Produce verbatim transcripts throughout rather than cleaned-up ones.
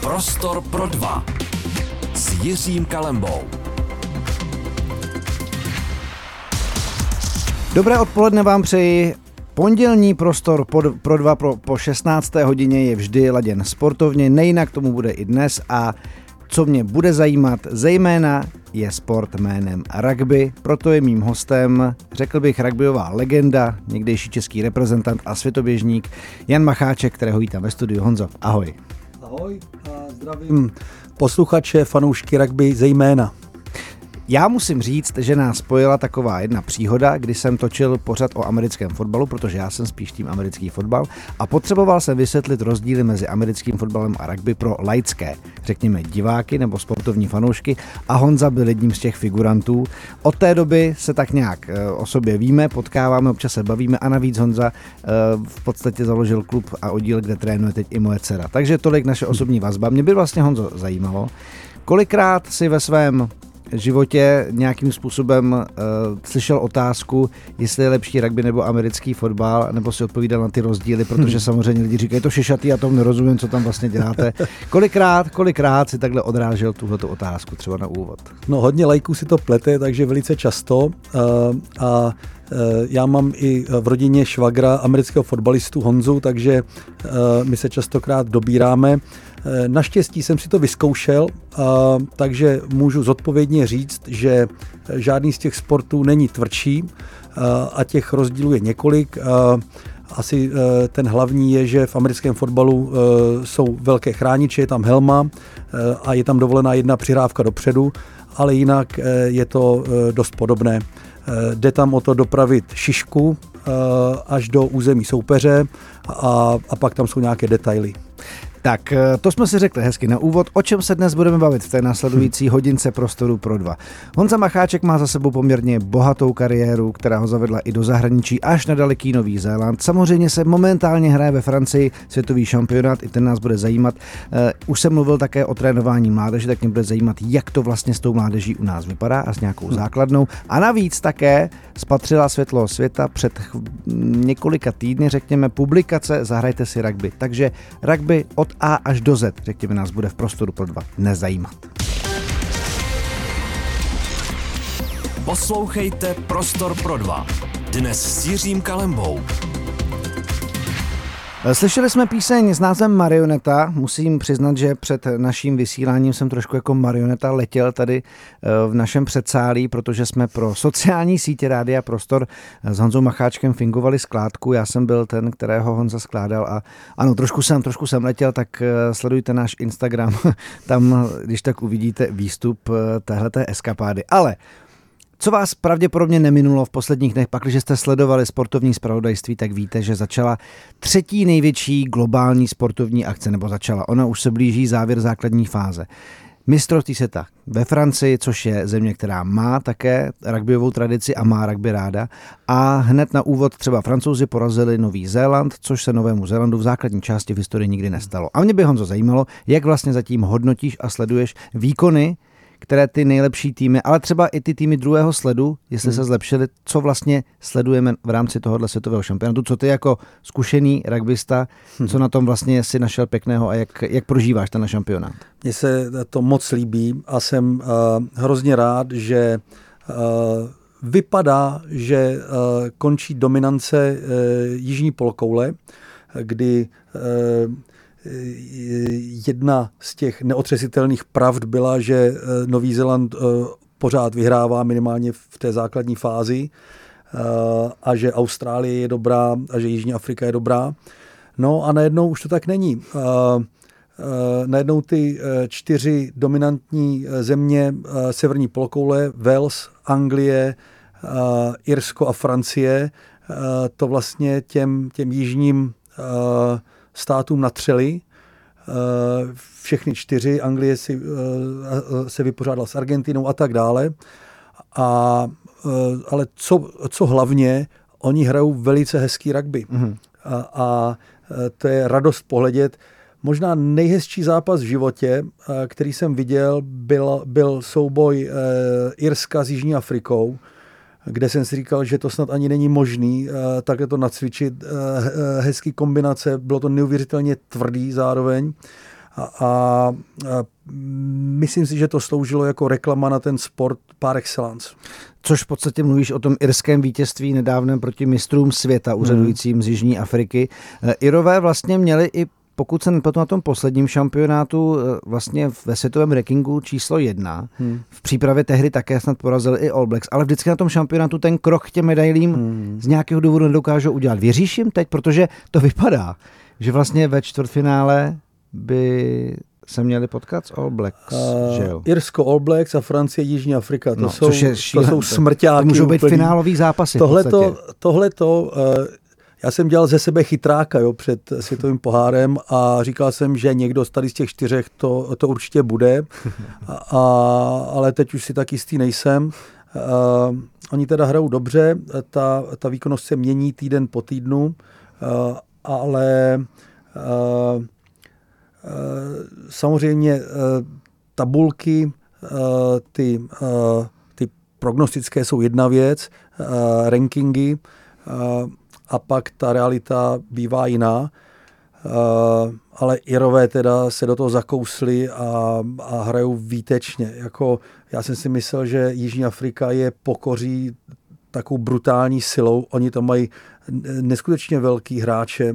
Prostor pro dva s Jiřím Kalembou. Dobré odpoledne vám přeji. Pondělní prostor pod, pro dva pro, po šestnácté hodině je vždy laděn sportovně, nejinak tomu bude i dnes a co mě bude zajímat zejména je sport jménem rugby, proto je mým hostem, řekl bych, rugbyová legenda, někdejší český reprezentant a světoběžník Jan Macháček, kterého vítám ve studiu. Honzo, ahoj. Ahoj a zdravím posluchače, fanoušky rugby zejména. Já musím říct, že nás spojila taková jedna příhoda, kdy jsem točil pořad o americkém fotbalu, protože já jsem spíš tým americký fotbal a potřeboval jsem vysvětlit rozdíly mezi americkým fotbalem a rugby pro laické, řekněme diváky nebo sportovní fanoušky, a Honza byl jedním z těch figurantů. Od té doby se tak nějak o sobě víme, potkáváme, občas se bavíme a navíc Honza v podstatě založil klub a oddíl, kde trénuje teď i moje dcera. Takže tolik naše osobní vazba. Mě by vlastně, Honzo, zajímalo, kolikrát si ve svém životě nějakým způsobem uh, slyšel otázku, jestli je lepší rugby nebo americký fotbal, nebo si odpovídal na ty rozdíly, protože samozřejmě lidi říkají, to šešatý, já tomu nerozumím, co tam vlastně děláte. Kolikrát, kolikrát si takhle odrážel tuhleto otázku třeba na úvod? No hodně lajků si to plete, takže velice často uh, a uh, já mám i v rodině švagra amerického fotbalistu Honzu, takže uh, my se častokrát dobíráme. Naštěstí jsem si to vyzkoušel, takže můžu zodpovědně říct, že žádný z těch sportů není tvrdší a těch rozdílů je několik. Asi ten hlavní je, že v americkém fotbalu jsou velké chrániče, je tam helma a je tam dovolená jedna přihrávka dopředu, ale jinak je to dost podobné. Jde tam o to dopravit šišku až do území soupeře a, a pak tam jsou nějaké detaily. Tak, to jsme si řekli hezky na úvod, o čem se dnes budeme bavit v té následující hodince prostoru pro dva. Honza Macháček má za sebou poměrně bohatou kariéru, která ho zavedla i do zahraničí až na daleký Nový Zéland. Samozřejmě se momentálně hraje ve Francii světový šampionát, i ten nás bude zajímat. Uh, už jsem mluvil také o trénování mládeže, tak mě bude zajímat, jak to vlastně s tou mládeží u nás vypadá a s nějakou základnou. A navíc také spatřila světlo světa před několika týdny, řekněme, publikace Zahrajte si rugby. Takže rugby od A až do Z, řekněme, nás bude v prostoru pro dva nezajímat. Poslouchejte Prostor pro dva. Dnes s Jiřím Kalembou. Slyšeli jsme píseň s názvem Marioneta. Musím přiznat, že před naším vysíláním jsem trošku jako marioneta letěl tady v našem předsálí, protože jsme pro sociální sítě Rádia Prostor s Honzou Macháčkem fingovali skládku. Já jsem byl ten, kterého Honza skládal a ano, trošku jsem, trošku jsem letěl, tak sledujte náš Instagram. Tam, když tak uvidíte výstup téhleté eskapády. Ale co vás pravděpodobně neminulo v posledních dnech, pakliže jste sledovali sportovní zpravodajství, tak víte, že začala třetí největší globální sportovní akce, nebo začala, ona už se blíží závěr základní fáze. Mistrovství světa ve Francii, což je země, která má také rugbyovou tradici a má rugby ráda. A hned na úvod třeba Francouzi porazili Nový Zéland, což se Novému Zélandu v základní části v historii nikdy nestalo. A mě by, Honzo, zajímalo, jak vlastně zatím hodnotíš a sleduješ výkony, které ty nejlepší týmy, ale třeba i ty týmy druhého sledu, jestli hmm. se zlepšily, co vlastně sledujeme v rámci tohohle světového šampionátu, co ty jako zkušený rugbysta, hmm. co na tom vlastně si našel pěkného a jak, jak prožíváš ten šampionát? Mně se to moc líbí a jsem uh, hrozně rád, že uh, vypadá, že uh, končí dominance uh, jižní polokoule, kdy uh, jedna z těch neotřesitelných pravd byla, že Nový Zéland pořád vyhrává minimálně v té základní fázi a že Austrálie je dobrá a že Jižní Afrika je dobrá. No a najednou už to tak není. Najednou ty čtyři dominantní země severní polokoule, Wales, Anglie, Irsko a Francie, to vlastně těm, těm jižním státům natřeli. Všechny čtyři, Anglie si, se vypořádala s Argentinou a tak dále. A, ale co, co hlavně, oni hrajou velice hezký rugby. Mm-hmm. A, a to je radost pohledět. Možná nejhezčí zápas v životě, který jsem viděl, byl, byl souboj Irska s Jižní Afrikou, kde jsem si říkal, že to snad ani není možný takhle to nacvičit. Hezký kombinace, bylo to neuvěřitelně tvrdý zároveň. A, a, a myslím si, že to sloužilo jako reklama na ten sport par excellence. Což v podstatě mluvíš o tom irském vítězství nedávném proti mistrům světa úřadujícím z Jižní Afriky. Irové vlastně měli i, pokud se nepletu, na tom posledním šampionátu vlastně ve světovém rankingu číslo jedna. Hmm. V přípravě tehdy také snad porazili i All Blacks, ale vždycky na tom šampionátu ten krok k těm medailím hmm. z nějakého důvodu nedokážou udělat. Věříš jim teď? Protože to vypadá, že vlastně ve čtvrtfinále by se měli potkat s All Blacks, uh, že jo? Irsko, All Blacks a Francie, Jižní Afrika. To, no, jsou, to jsou smrťáky. To můžou být úplný finálový zápasy. Tohleto, tohleto uh, já jsem dělal ze sebe chytráka, jo, před světovým pohárem a říkal jsem, že někdo z tady z těch čtyřech to, to určitě bude, a, a, ale teď už si tak jistý nejsem. Uh, oni teda hrajou dobře, ta, ta výkonnost se mění týden po týdnu, uh, ale uh, samozřejmě tabulky, ty, ty prognostické jsou jedna věc, rankingy, a pak ta realita bývá jiná. Ale Irové teda se do toho zakousli a, a hrajou výtečně. Jako, já jsem si myslel, že Jižní Afrika je pokoří takovou brutální silou. Oni tam mají neskutečně velký hráče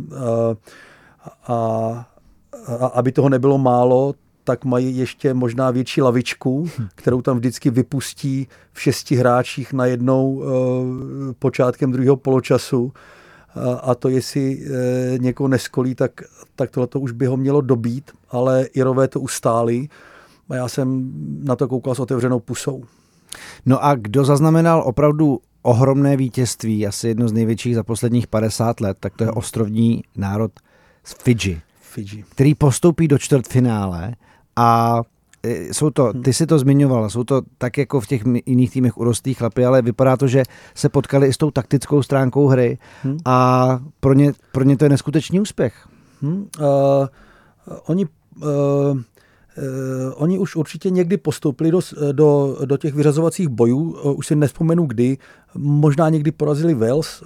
a, a A aby toho nebylo málo, tak mají ještě možná větší lavičku, kterou tam vždycky vypustí v šesti hráčích najednou e, počátkem druhého poločasu. A, a to jestli e, někoho neskolí, tak, tak tohle už by ho mělo dobít, ale Irové to ustáli a já jsem na to koukal s otevřenou pusou. No a kdo zaznamenal opravdu ohromné vítězství, asi jedno z největších za posledních padesát let, tak to je ostrovní národ z Fidži. Fidži. Který postoupí do čtvrtfinále a jsou to, ty si to zmiňovala, jsou to tak jako v těch jiných týmech urostlí chlapi, ale vypadá to, že se potkali i s tou taktickou stránkou hry hmm. a pro ně, pro ně to je neskutečný úspěch. Hmm. Uh, oni, uh, uh, oni už určitě někdy postoupili do, do, do těch vyřazovacích bojů, uh, už si nevzpomenu kdy, možná někdy porazili Wales, uh,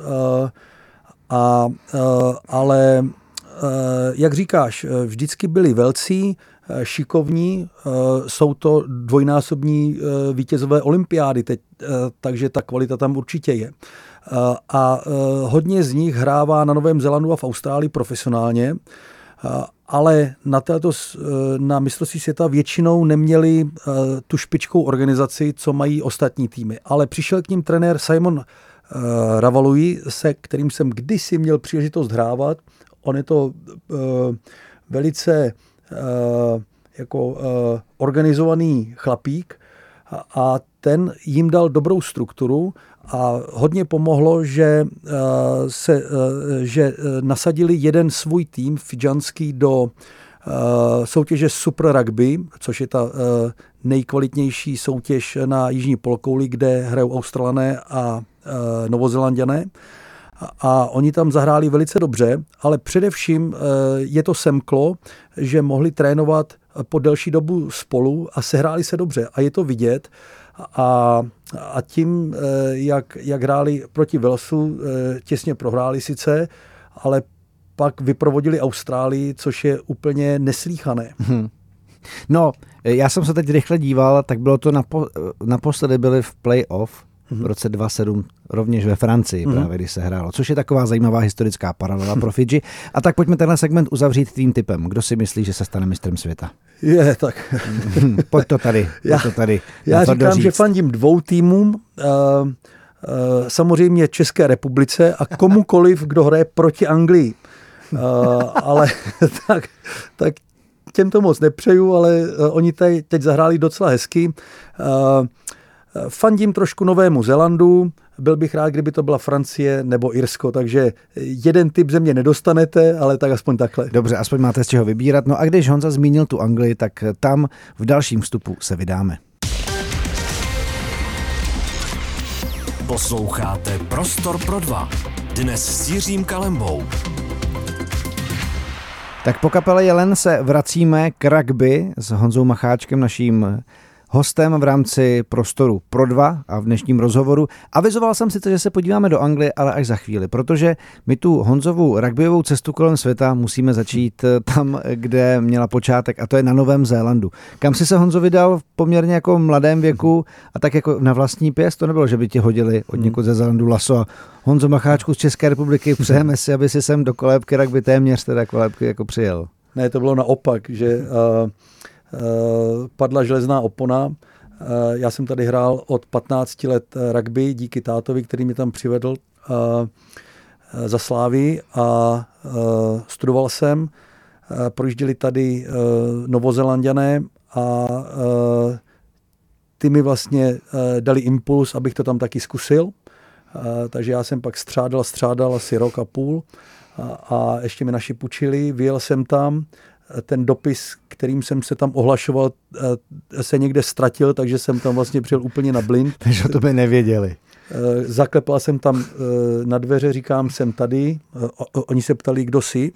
a, uh, ale jak říkáš, vždycky byli velcí, šikovní, jsou to dvojnásobní vítězové olympiády teď, takže ta kvalita tam určitě je. A hodně z nich hrává na Novém Zélandu a v Austrálii profesionálně, ale na, této, na mistrovství světa většinou neměli tu špičkou organizaci, co mají ostatní týmy. Ale přišel k ním trenér Simon Ravalui, se kterým jsem kdysi měl příležitost hrávat. On je to uh, velice uh, jako uh, organizovaný chlapík a, a ten jim dal dobrou strukturu a hodně pomohlo, že, uh, se, uh, že uh, nasadili jeden svůj tým fidžanský do uh, soutěže Super Rugby, což je ta uh, nejkvalitnější soutěž na jižní polokouli, kde hrajou Australané a uh, Novozélanďané. A oni tam zahráli velice dobře, ale především je to semklo, že mohli trénovat po delší dobu spolu a sehráli se dobře. A je to vidět. A, a tím, jak, jak hráli proti Walesu, těsně prohráli sice, ale pak vyprovodili Austrálii, což je úplně neslíchané. Hmm. No, já jsem se teď rychle díval, tak bylo to napo, naposledy byli v play-off v roce dva tisíce sedm, rovněž ve Francii, mm. právě když se hrálo, což je taková zajímavá historická paralela pro Fidži. A tak pojďme tenhle segment uzavřít tvým tipem. Kdo si myslí, že se stane mistrem světa? Je, tak. Pojď to tady. Pojď já to tady já říkám, doříct. Že fandím dvou týmům, uh, uh, samozřejmě České republice a komukoliv, kdo hraje proti Anglii. Uh, ale tak, tak těm to moc nepřeju, ale uh, oni tady teď zahráli docela hezky. Uh, Fandím trošku Novému Zélandu, byl bych rád, kdyby to byla Francie nebo Irsko, takže jeden typ země nedostanete, ale tak aspoň takhle. Dobře, aspoň máte z čeho vybírat. No a když Honza zmínil tu Anglii, tak tam v dalším vstupu se vydáme. Posloucháte Prostor pro dva. Dnes s Jiřím Kalembou. Tak po kapele Jelen se vracíme k rugby s Honzou Macháčkem, naším hostem v rámci Prostoru pro dva a v dnešním rozhovoru. Avizoval jsem sice, že se podíváme do Anglie, ale až za chvíli, protože my tu Honzovu rugbyovou cestu kolem světa musíme začít tam, kde měla počátek, a to je na Novém Zélandu. Kam jsi se, Honzo, vydal v poměrně jako mladém věku a tak jako na vlastní pěst? To nebylo, že by ti hodili od někud ze Zélandu laso a Honzo Macháčku z České republiky, přejeme si, aby si sem do kolébky rugby téměř teda kolébky jako přijel. Ne, to bylo naopak, že uh, uh, padla železná opona. Uh, já jsem tady hrál od patnácti let rugby díky tátovi, který mě tam přivedl uh, uh, za Slávy a uh, studoval jsem. Uh, projížděli tady uh, Novozélanďané a uh, ty mi vlastně uh, dali impuls, abych to tam taky zkusil. Uh, takže já jsem pak střádal, střádal asi rok a půl. A ještě mi naši půjčili, vyjel jsem tam, ten dopis, kterým jsem se tam ohlašoval, se někde ztratil, takže jsem tam vlastně přijel úplně na blind. Takže o tobě nevěděli. Zaklepal jsem tam na dveře, říkám, jsem tady, oni se ptali, kdo jsi.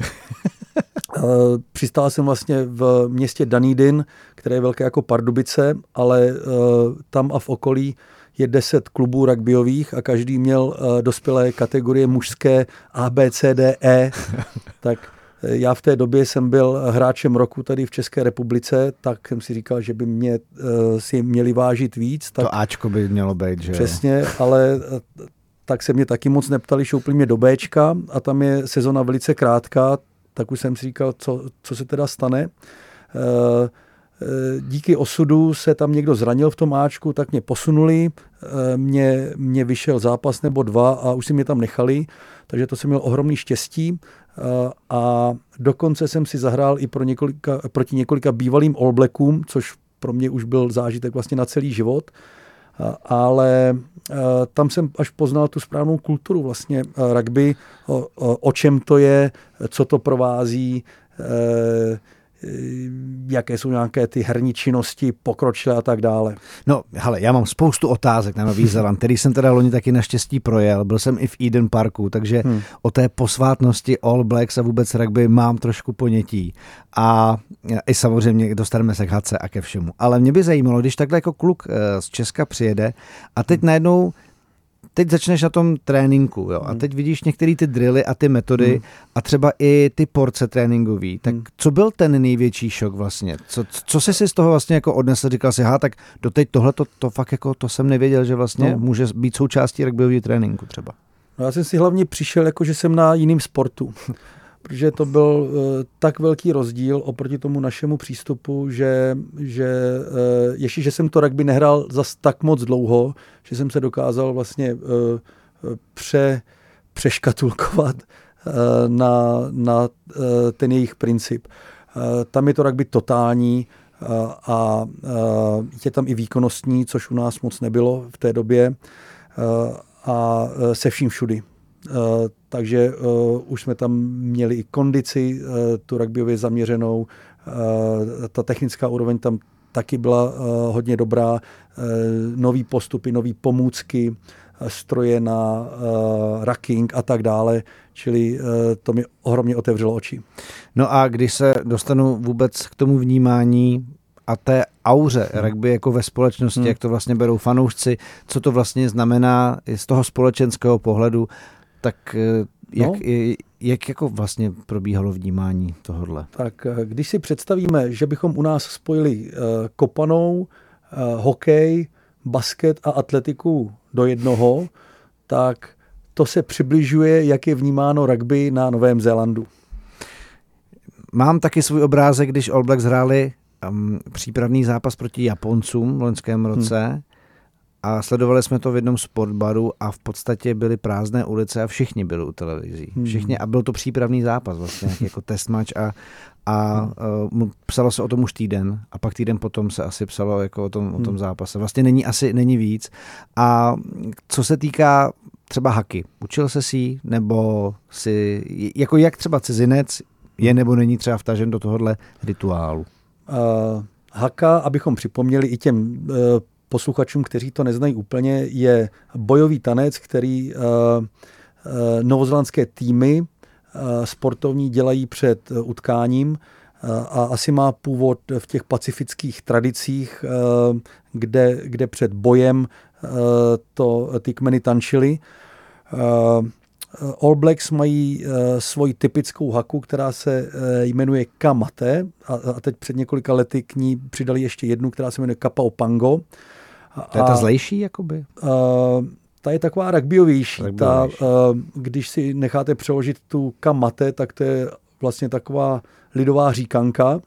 Přistál jsem vlastně v městě Dunedin, které je velké jako Pardubice, ale tam a v okolí je deset klubů rugbyových a každý měl uh, dospělé kategorie mužské A, B, C, D, E. Tak já v té době jsem byl hráčem roku tady v České republice, tak jsem si říkal, že by mě uh, si měli vážit víc. Tak, to Ačko by mělo být, že přesně, ale uh, tak se mě taky moc neptali, šoupli mě do Bčka a tam je sezona velice krátká, tak už jsem si říkal, co, co se teda stane. Uh, Díky osudu se tam někdo zranil v tom Ačku, tak mě posunuli, mě, mě vyšel zápas nebo dva a už si mě tam nechali, takže to jsem měl ohromný štěstí a dokonce jsem si zahrál i pro několika, proti několika bývalým All Blackům, což pro mě už byl zážitek vlastně na celý život, ale tam jsem až poznal tu správnou kulturu vlastně rugby, o, o, o čem to je, co to provází, jaké jsou nějaké ty herní činnosti, pokročilé a tak dále. No, hele, já mám spoustu otázek na Nový Zéland, který jsem teda loni taky naštěstí projel. Byl jsem i v Eden Parku, takže hmm. o té posvátnosti All Blacks a vůbec rugby mám trošku ponětí. A i samozřejmě dostaneme se k hadce a ke všemu. Ale mě by zajímalo, když takhle jako kluk z Česka přijede a teď najednou teď začneš na tom tréninku, jo, a teď vidíš některé ty drily a ty metody hmm. a třeba i ty porce tréninkový. Tak hmm. co byl ten největší šok vlastně? Co, co jsi si z toho vlastně jako odnesl? Říkal si, ha, tak doteď tohle to, to fakt jako, to jsem nevěděl, že vlastně no. může být součástí rugbyového tréninku třeba. No, já jsem si hlavně přišel, jako že jsem na jiném sportu. Protože to byl uh, tak velký rozdíl oproti tomu našemu přístupu, že, že uh, ještě, že jsem to rugby nehrál zas tak moc dlouho, že jsem se dokázal vlastně uh, pře, přeškatulkovat uh, na, na uh, ten jejich princip. Uh, tam je to rugby totální uh, a uh, je tam i výkonnostní, což u nás moc nebylo v té době uh, a uh, se vším všudy. Uh, takže uh, už jsme tam měli i kondici, uh, tu rugbyově zaměřenou, uh, ta technická úroveň tam taky byla uh, hodně dobrá, uh, nový postupy, nový pomůcky, uh, stroje na uh, racking a tak dále, čili uh, to mi ohromně otevřelo oči. No a když se dostanu vůbec k tomu vnímání a té auře rugby jako ve společnosti, hmm. jak to vlastně berou fanoušci, co to vlastně znamená z toho společenského pohledu, tak jak, no. jak jako vlastně probíhalo vnímání tohodle? Tak když si představíme, že bychom u nás spojili uh, kopanou, uh, hokej, basket a atletiku do jednoho, tak to se přibližuje, jak je vnímáno rugby na Novém Zélandu. Mám taky svůj obrázek, když All Blacks hráli um, přípravný zápas proti Japoncům v loňském roce. Hmm. A sledovali jsme to v jednom sportbaru a v podstatě byly prázdné ulice a všichni byli u televizí. Všichni, a byl to přípravný zápas vlastně, jako test match a, a uh, psalo se o tom už týden a pak týden potom se asi psalo jako o tom, o tom zápase. Vlastně není asi není víc. A co se týká třeba haky, učil se si nebo si, jako jak třeba cizinec je nebo není třeba vtažen do tohohle rituálu? Uh, haka, abychom připomněli i těm uh, posluchačům, kteří to neznají úplně, je bojový tanec, který uh, uh, novozélandské týmy uh, sportovní dělají před uh, utkáním. a asi má původ v těch pacifických tradicích, kde, kde před bojem to, ty kmeny tančily. All Blacks mají svoji typickou haku, která se jmenuje Kamate a teď před několika lety k ní přidali ještě jednu, která se jmenuje Kapao Pango. To je ta zlejší, jakoby? Ta je taková rugbyovější. Ta, když si necháte přeložit tu Kamate, tak to je vlastně taková lidová říkanka,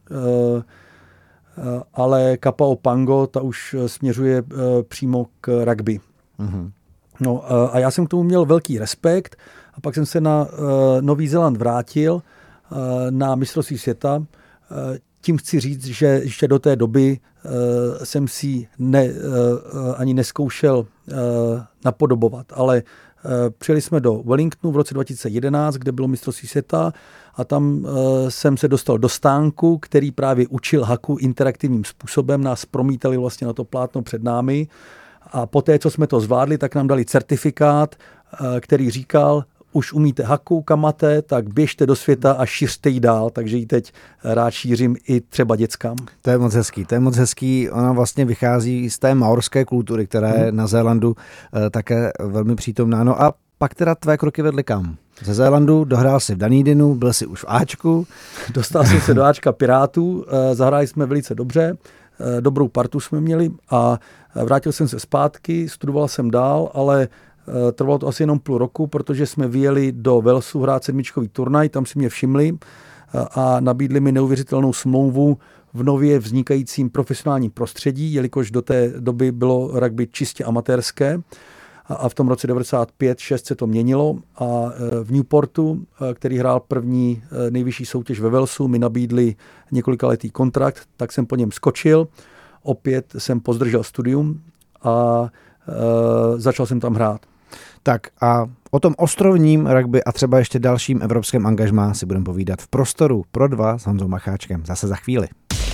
ale Kapao Pango, ta už směřuje přímo k rugby. Mm-hmm. No a já jsem k tomu měl velký respekt a pak jsem se na Nový Zéland vrátil na mistrovství světa. Tím chci říct, že ještě do té doby jsem si ne, ani neskoušel napodobovat, ale přijeli jsme do Wellingtonu v roce dva tisíce jedenáct, kde bylo mistrovství světa a tam jsem se dostal do stánku, který právě učil haku interaktivním způsobem, nás promítali vlastně na to plátno před námi a poté, co jsme to zvládli, tak nám dali certifikát, který říkal, už umíte haku, kamate, tak běžte do světa a šířte ji dál, takže ji teď rád šířím i třeba dětskám. To je moc hezký, to je moc hezký, ona vlastně vychází z té maorské kultury, která je hmm. na Zélandu e, také velmi přítomná. No a pak teda tvé kroky vedly kam? Ze Zélandu dohrál si v Dunedinu, byl si už v Ačku. Dostal jsem se do Ačka Pirátů, e, zahráli jsme velice dobře, e, dobrou partu jsme měli a vrátil jsem se zpátky, studoval jsem dál, ale trvalo to asi jenom půl roku, protože jsme vyjeli do Walesu hrát sedmičkový turnaj, tam si mě všimli a nabídli mi neuvěřitelnou smlouvu v nově vznikajícím profesionálním prostředí, jelikož do té doby bylo rugby čistě amatérské a v tom roce devadesát pět šest se to měnilo a v Newportu, který hrál první nejvyšší soutěž ve Walesu, mi nabídli několikaletý kontrakt, tak jsem po něm skočil, opět jsem pozdržel studium a uh, začal jsem tam hrát. Tak a o tom ostrovním rugby a třeba ještě dalším evropském angažmá si budeme povídat v Prostoru pro dva s Honzou Macháčkem. Zase za chvíli.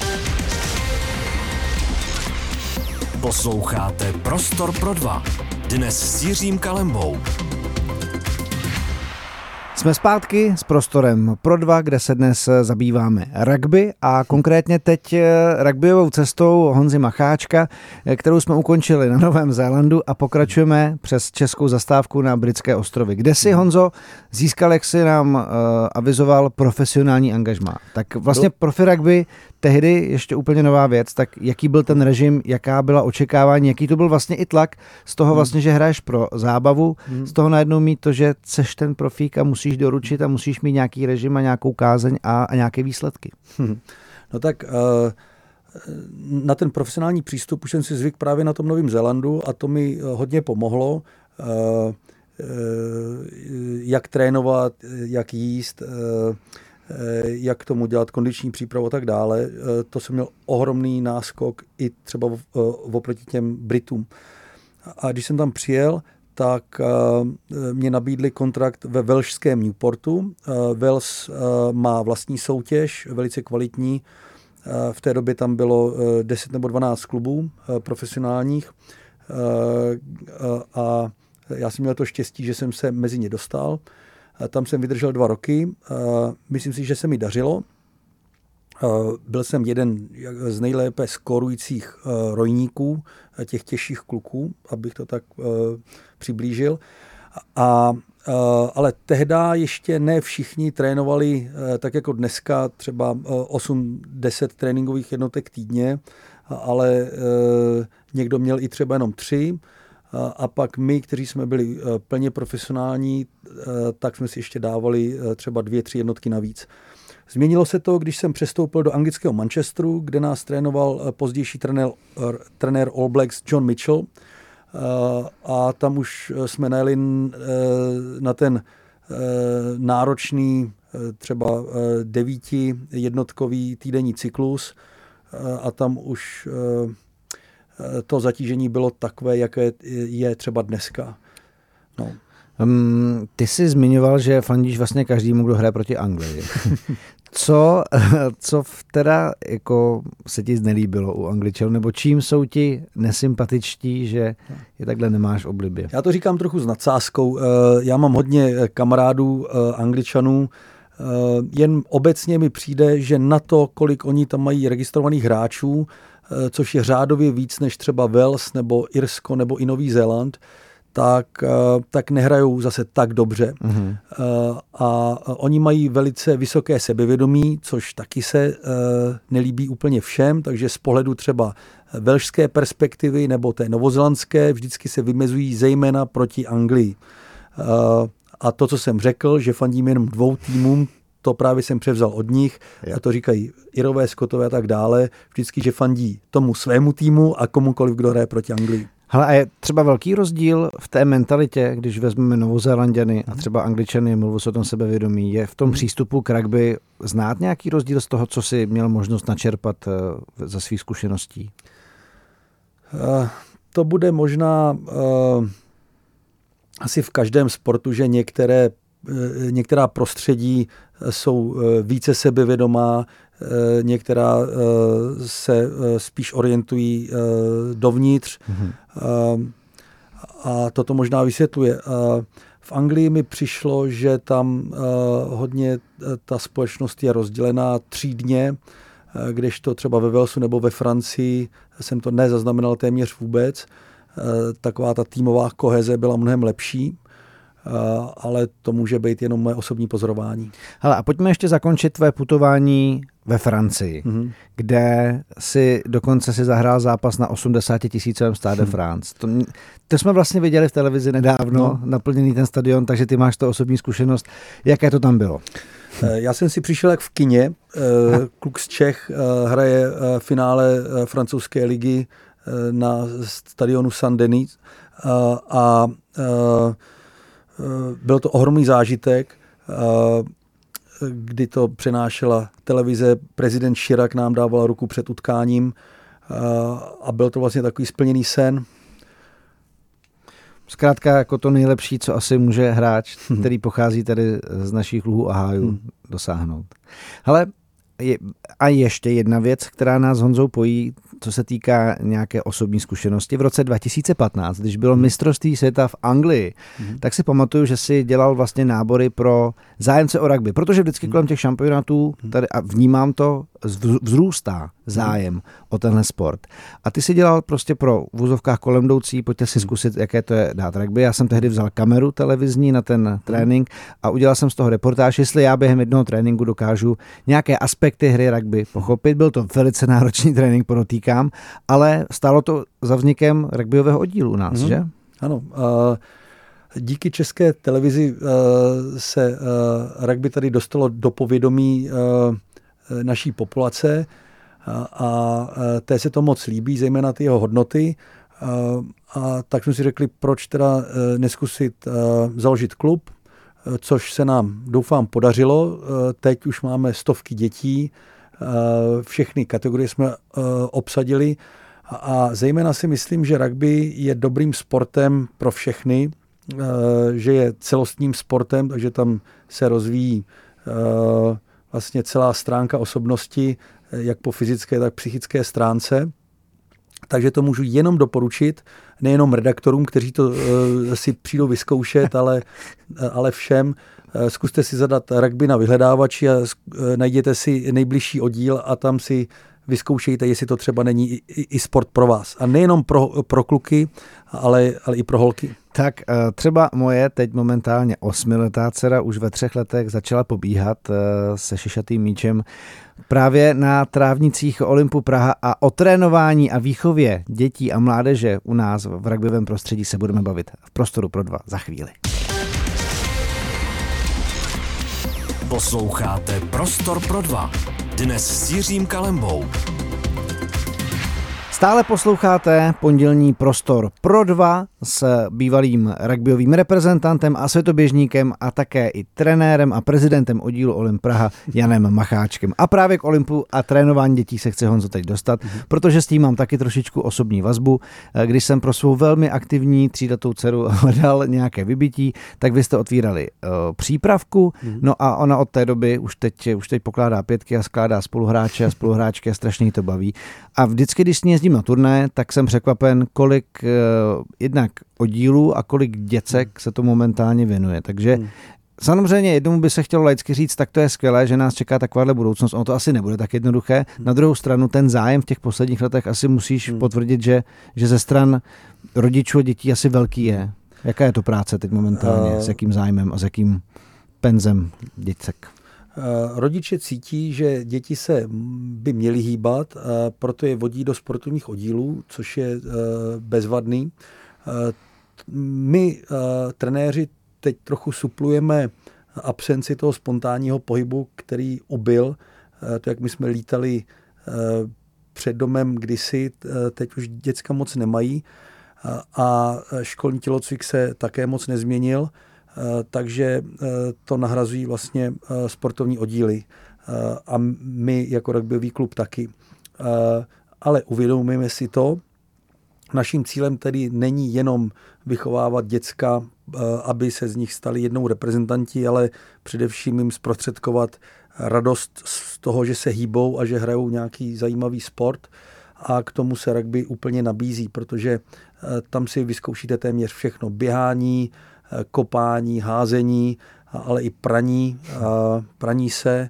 Posloucháte Prostor pro dva. Dnes s Jiřím Kalembou. Jsme zpátky s Prostorem pro dva, kde se dnes zabýváme rugby a konkrétně teď rugbyovou cestou Honzy Macháčka, kterou jsme ukončili na Novém Zélandu a pokračujeme přes českou zastávku na Britské ostrovy. Kde si, Honzo, získal, jak si nám uh, avizoval, profesionální angažmá. Tak vlastně profi rugby tehdy ještě úplně nová věc, tak jaký byl ten režim, jaká byla očekávání, jaký to byl vlastně i tlak z toho vlastně, že hraješ pro zábavu, hmm. z toho najednou mít to, že seš ten profík a musíš doručit a musíš mít nějaký režim a nějakou kázeň a, a nějaké výsledky. Hmm. No tak uh, na ten profesionální přístup už jsem si zvyk právě na tom Novém Zélandu a to mi hodně pomohlo. Uh, uh, jak trénovat, jak jíst, uh, jak tomu dělat kondiční přípravu a tak dále. To jsem měl ohromný náskok i třeba oproti těm Britům. A když jsem tam přijel, tak mě nabídli kontrakt ve velšském Newportu. Wales má vlastní soutěž, velice kvalitní. V té době tam bylo deset nebo dvanáct klubů profesionálních a já jsem měl to štěstí, že jsem se mezi ně dostal. Tam jsem vydržel dva roky. Myslím si, že se mi dařilo. Byl jsem jeden z nejlépe skorujících rojníků, těch těžších kluků, abych to tak přiblížil. A, ale tehdy ještě ne všichni trénovali tak jako dneska, třeba osm deset tréninkových jednotek týdně, ale někdo měl i třeba jenom tři. A pak my, kteří jsme byli plně profesionální, tak jsme si ještě dávali třeba dvě, tři jednotky navíc. Změnilo se to, když jsem přestoupil do anglického Manchesteru, kde nás trénoval pozdější trenér, trenér All Blacks John Mitchell. A tam už jsme najeli na ten náročný třeba devíti jednotkový týdenní cyklus a tam už to zatížení bylo takové, jaké je třeba dneska. No. Um, ty jsi zmiňoval, že fandíš vlastně každému, kdo hraje proti Anglii. Co, co teda jako se ti znelíbilo u Angličanů, nebo čím jsou ti nesympatičtí, že je takhle nemáš v oblibě? Já to říkám trochu s nadsázkou. Já mám hodně kamarádů Angličanů, jen obecně mi přijde, že na to, kolik oni tam mají registrovaných hráčů, což je řádově víc než třeba Wales nebo Irsko nebo i Nový Zéland, tak, tak nehrajou zase tak dobře. Mm-hmm. A oni mají velice vysoké sebevědomí, což taky se nelíbí úplně všem, takže z pohledu třeba velšské perspektivy nebo té novozélandské vždycky se vymezují zejména proti Anglii. A to, co jsem řekl, že fandím jenom dvou týmům, to právě jsem převzal od nich, a to říkají Irové, Skotové a tak dále, vždycky, že fandí tomu svému týmu a komukoliv, kdo hraje proti Anglii. Hele, a je třeba velký rozdíl v té mentalitě, když vezmeme Novozélanďany a třeba Angličany, mluvu se o tom sebevědomí, je v tom přístupu k rugby znát nějaký rozdíl z toho, co si měl možnost načerpat za svých zkušeností? Uh, to bude možná uh, asi v každém sportu, že některé, některá prostředí jsou více sebevědomá, některá se spíš orientují dovnitř mm-hmm. a toto možná vysvětluje. V Anglii mi přišlo, že tam hodně ta společnost je rozdělená třídně, kdežto třeba ve Walesu nebo ve Francii jsem to nezaznamenal téměř vůbec. Taková ta týmová koheze byla mnohem lepší, ale to může být jenom moje osobní pozorování. Hele, a pojďme ještě zakončit tvé putování ve Francii, mm-hmm. kde si dokonce si zahrál zápas na osmdesátitisícovém Stade de France. To, to jsme vlastně viděli v televizi nedávno, no. naplněný ten stadion, takže ty máš to osobní zkušenost. Jaké to tam bylo? Já jsem si přišel jak v kině. Kluk z Čech hraje finále francouzské ligy na stadionu Saint-Denis a, a byl to ohromný zážitek, kdy to přenášela televize. Prezident Chirac nám dával ruku před utkáním a byl to vlastně takový splněný sen. Zkrátka jako to nejlepší, co asi může hráč, který pochází tady z našich luhů a hájů, hmm. dosáhnout. Hele, je, a ještě jedna věc, která nás s Honzou pojí, co se týká nějaké osobní zkušenosti. V roce dva tisíce patnáct, když bylo mistrovství světa v Anglii, mm. tak si pamatuju, že si dělal vlastně nábory pro zájemce o rugby, protože vždycky kolem těch šampionátů, tady, a vnímám to, vzrůstá zájem o tenhle sport. A ty si dělal prostě pro v úzovkách kolem jdoucí, pojďte si zkusit, jaké to je dát rugby. Já jsem tehdy vzal kameru televizní na ten trénink a udělal jsem z toho reportáž, jestli já během jednoho tréninku dokážu nějaké aspekty hry rugby pochopit. Byl to velice náročný trénink, podotýkám, ale stálo to za vznikem rugbyového oddílu u nás, mm-hmm. že? Ano. Uh... Díky České televizi uh, se uh, rugby tady dostalo do povědomí uh, naší populace a, a té se to moc líbí, zejména ty jeho hodnoty. A, a tak jsme si řekli, proč teda uh, neskusit uh, založit klub, uh, což se nám, doufám, podařilo. Uh, teď už máme stovky dětí, uh, všechny kategorie jsme uh, obsadili a, a zejména si myslím, že rugby je dobrým sportem pro všechny, že je celostním sportem, takže tam se rozvíjí vlastně celá stránka osobnosti, jak po fyzické, tak psychické stránce. Takže to můžu jenom doporučit, nejenom redaktorům, kteří to si přijdou vyzkoušet, ale, ale všem. Zkuste si zadat rugby na vyhledávači a najděte si nejbližší oddíl a tam si vyzkoušejte, jestli to třeba není i, i sport pro vás. A nejenom pro, pro kluky, ale, ale i pro holky. Tak třeba moje teď momentálně osmiletá dcera už ve třech letech začala pobíhat se šišatým míčem právě na trávnicích Olympu Praha a o trénování a výchově dětí a mládeže u nás v rugbyovém prostředí se budeme bavit v Prostoru pro dva za chvíli. Posloucháte Prostor pro dva. Dnes s Jiřím Kalembou. Stále posloucháte pondělní Prostor pro dva s bývalým rugbyovým reprezentantem a světoběžníkem a také i trenérem a prezidentem oddílu Olymp Praha Janem Macháčkem. A právě k Olympu a trénování dětí se chci, Honzo, teď dostat, mm-hmm. protože s tím mám taky trošičku osobní vazbu. Když jsem pro svou velmi aktivní třídatou dceru hledal nějaké vybití, tak vy jste otvírali uh, přípravku, mm-hmm. no a ona od té doby už teď, už teď pokládá pětky a skládá spoluhráče a spoluhráčky a strašně jí to baví. A vždycky, když s ní jezdím na turné, tak jsem překvapen, kolik uh, jednak oddílů a kolik děcek se to momentálně věnuje. Takže hmm. Samozřejmě jednomu by se chtělo laicky říct, tak to je skvělé, že nás čeká takováhle budoucnost. Ono to asi nebude tak jednoduché. Hmm. Na druhou stranu ten zájem v těch posledních letech asi musíš hmm. potvrdit, že, že ze stran rodičů a dětí asi velký je. Jaká je to práce teď momentálně? Uh, s jakým zájmem a s jakým penzem děcek? Uh, rodiče cítí, že děti se by měly hýbat, uh, proto je vodí do sportovních oddílů, což je uh, bezvadný. Uh, my, uh, trenéři, teď trochu suplujeme absenci toho spontánního pohybu, který ubyl. To, jak my jsme lítali před domem kdysi, teď už děcka moc nemají a školní tělocvik se také moc nezměnil, takže to nahrazují vlastně sportovní oddíly a my jako rugbyový klub taky. Ale uvědomujeme si to. Naším cílem tedy není jenom vychovávat děcka, aby se z nich stali jednou reprezentanti, ale především jim zprostředkovat radost z toho, že se hýbou a že hrajou nějaký zajímavý sport. A k tomu se rugby úplně nabízí, protože tam si vyzkoušíte téměř všechno. Běhání, kopání, házení, ale i praní, praní se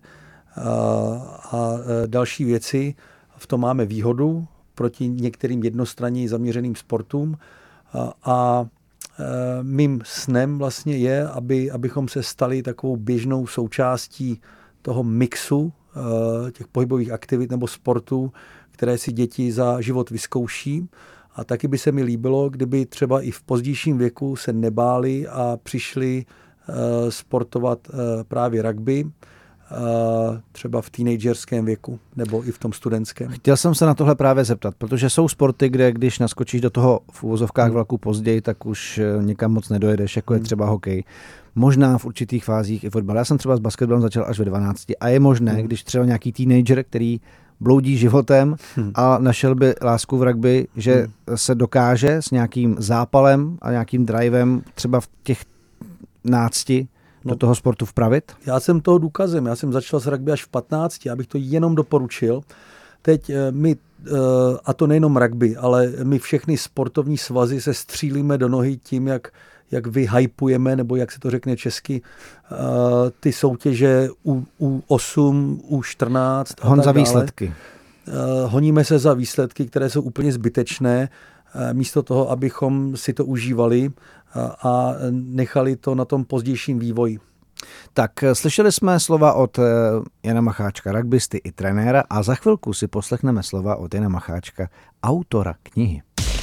a další věci. V tom máme výhodu proti některým jednostranně zaměřeným sportům a, a e, mým snem vlastně je, aby, abychom se stali takovou běžnou součástí toho mixu e, těch pohybových aktivit nebo sportů, které si děti za život vyzkouší. A taky by se mi líbilo, kdyby třeba i v pozdějším věku se nebáli a přišli e, sportovat e, právě rugby, třeba v teenagerském věku nebo i v tom studentském. Chtěl jsem se na tohle právě zeptat, protože jsou sporty, kde když naskočíš do toho v uvozovkách hmm. vlaku později, tak už někam moc nedojedeš, jako je třeba hokej. Možná v určitých fázích i fotbal. Já jsem třeba s basketbalem začal až ve dvanácti a je možné, hmm. když třeba nějaký teenager, který bloudí životem hmm. a našel by lásku v rugby, že hmm. se dokáže s nějakým zápalem a nějakým drivem třeba v těch nácti do no, toho sportu vpravit? Já jsem toho důkazem. Já jsem začal s rugby až v patnácti, abych to jenom doporučil. Teď my, a to nejenom rugby, ale my všechny sportovní svazy se střílíme do nohy tím, jak, jak vyhypujeme, nebo jak se to řekne česky, ty soutěže U, U osm, U čtrnáct a Hon tak za dále. výsledky. Honíme se za výsledky, které jsou úplně zbytečné, místo toho, abychom si to užívali a nechali to na tom pozdějším vývoji. Tak slyšeli jsme slova od Jana Macháčka, rugbysty i trenéra, a za chvilku si poslechneme slova od Jana Macháčka, autora knihy.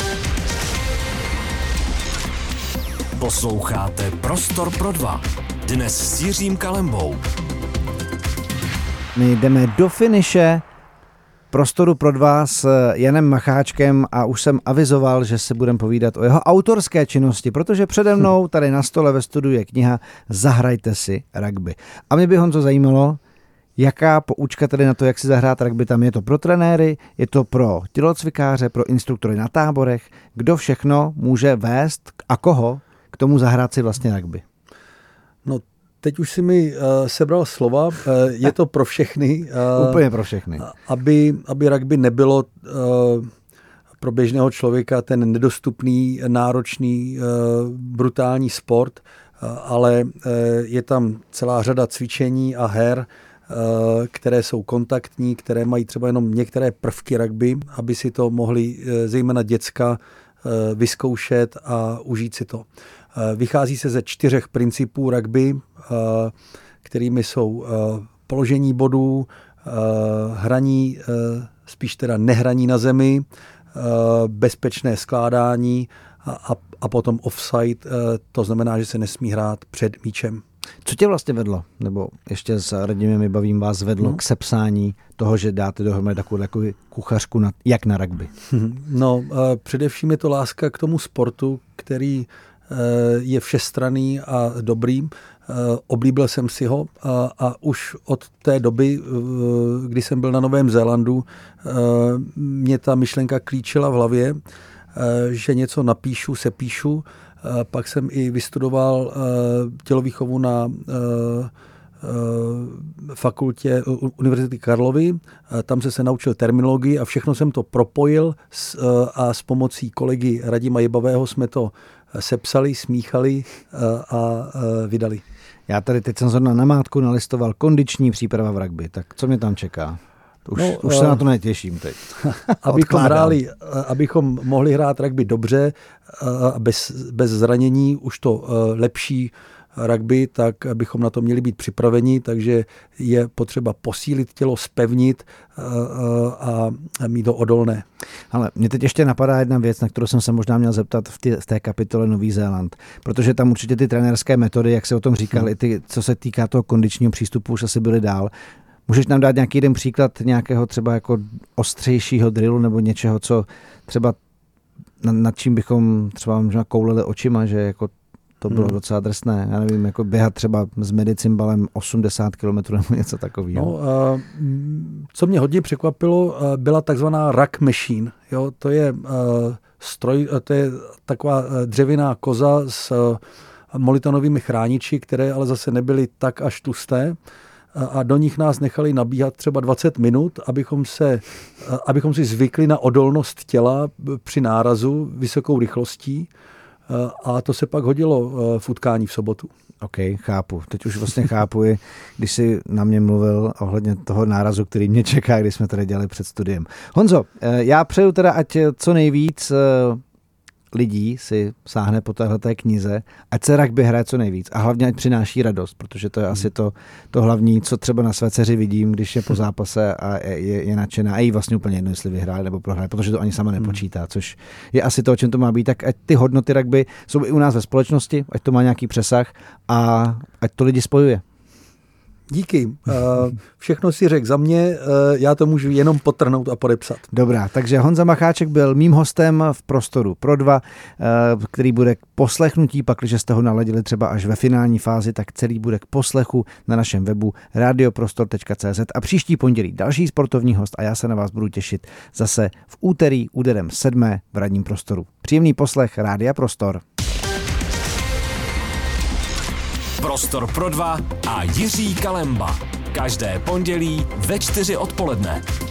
Posloucháte Prostor pro dva. Dnes s Jiřím Kalembou. My jdeme do finiše Prostoru pro dva s Janem Macháčkem a už jsem avizoval, že se budeme povídat o jeho autorské činnosti, protože přede mnou tady na stole ve studiu je kniha Zahrajte si rugby. A mě by, Honzo, zajímalo, jaká poučka tady na to, jak si zahrát rugby tam. Je to pro trenéry, je to pro tělocvikáře, pro instruktory na táborech, kdo všechno může vést a koho k tomu zahrát si vlastně rugby? No, teď už si mi uh, sebral slova, uh, je to pro všechny. Uh, Úplně pro všechny. Aby, aby rugby nebylo uh, pro běžného člověka ten nedostupný, náročný, uh, brutální sport, uh, ale uh, je tam celá řada cvičení a her, uh, které jsou kontaktní, které mají třeba jenom některé prvky rugby, aby si to mohli uh, zejména děcka uh, vyzkoušet a užít si to. Vychází se ze čtyřech principů rugby, kterými jsou položení bodů, hraní, spíš teda nehraní na zemi, bezpečné skládání a, a potom offside, to znamená, že se nesmí hrát před míčem. Co tě vlastně vedlo, nebo ještě s Radimem mi bavím vás, vedlo hmm. k sepsání toho, že dáte dohromady takovou, takovou kuchařku na, jak na rugby? No, především je to láska k tomu sportu, který je všestranný a dobrý. Oblíbil jsem si ho a, a už od té doby, kdy jsem byl na Novém Zélandu, mě ta myšlenka klíčila v hlavě, že něco napíšu, sepíšu. Pak jsem i vystudoval tělovýchovu na fakultě Univerzity Karlovy. Tam jsem se naučil terminologii a všechno jsem to propojil a s pomocí kolegy Radima Jebavého jsme to sepsali, smíchali a vydali. Já tady teď jsem zrovna na namátku nalistoval kondiční příprava v rugby, tak co mě tam čeká? Už, no, už se uh, na to netěším teď. abychom, hráli, abychom mohli hrát rugby dobře a bez, bez zranění, už to lepší rugby, tak bychom na to měli být připraveni, takže je potřeba posílit tělo, zpevnit a mít to odolné. Ale mě teď ještě napadá jedna věc, na kterou jsem se možná měl zeptat v, ty, v té kapitole Nový Zéland, protože tam určitě ty trenérské metody, jak se o tom říkal, hmm. i ty, co se týká toho kondičního přístupu, už asi byly dál. Můžeš nám dát nějaký jeden příklad nějakého třeba jako ostřejšího drillu nebo něčeho, co třeba nad, nad čím bychom třeba možná kouleli očima, že jako to bylo hmm. docela drsné. Já nevím, jako běhat třeba s medicimbalem osmdesát kilometrů nebo něco takového. No, uh, co mě hodně překvapilo, uh, byla takzvaná rack machine. Jo, to je uh, stroj, uh, to je taková uh, dřevěná koza s uh, molitonovými chrániči, které ale zase nebyly tak až tlusté. A do nich nás nechali nabíhat třeba dvacet minut, abychom, se, abychom si zvykli na odolnost těla při nárazu vysokou rychlostí. A to se pak hodilo v utkání v sobotu. OK, chápu. Teď už vlastně chápu, když jsi na mě mluvil ohledně toho nárazu, který mě čeká, když jsme tady dělali před studiem. Honzo, já přeju teda, ať co nejvíc lidí si sáhne po téhleté knize, ať se rugby hraje co nejvíc a hlavně ať přináší radost, protože to je hmm. asi to, to hlavní, co třeba na své dceři vidím, když je po zápase a je, je, je nadšená a jí vlastně úplně jedno, jestli vyhráli nebo prohráli, protože to ani sama nepočítá, což je asi to, o čem to má být, tak ať ty hodnoty rugby jsou i u nás ve společnosti, ať to má nějaký přesah a ať to lidi spojuje. Díky. Všechno si řekl za mě, já to můžu jenom podtrhnout a podepsat. Dobrá, takže Honza Macháček byl mým hostem v Prostoru pro dva, který bude k poslechnutí, pak, když jste ho naladili třeba až ve finální fázi, tak celý bude k poslechu na našem webu radioprostor tečka cé zet a příští pondělí další sportovní host a já se na vás budu těšit zase v úterý úderem sedmé v ranním Prostoru. Příjemný poslech Rádia Prostor. Prostor pro dva a Jiří Kalemba. Každé pondělí ve čtyři odpoledne.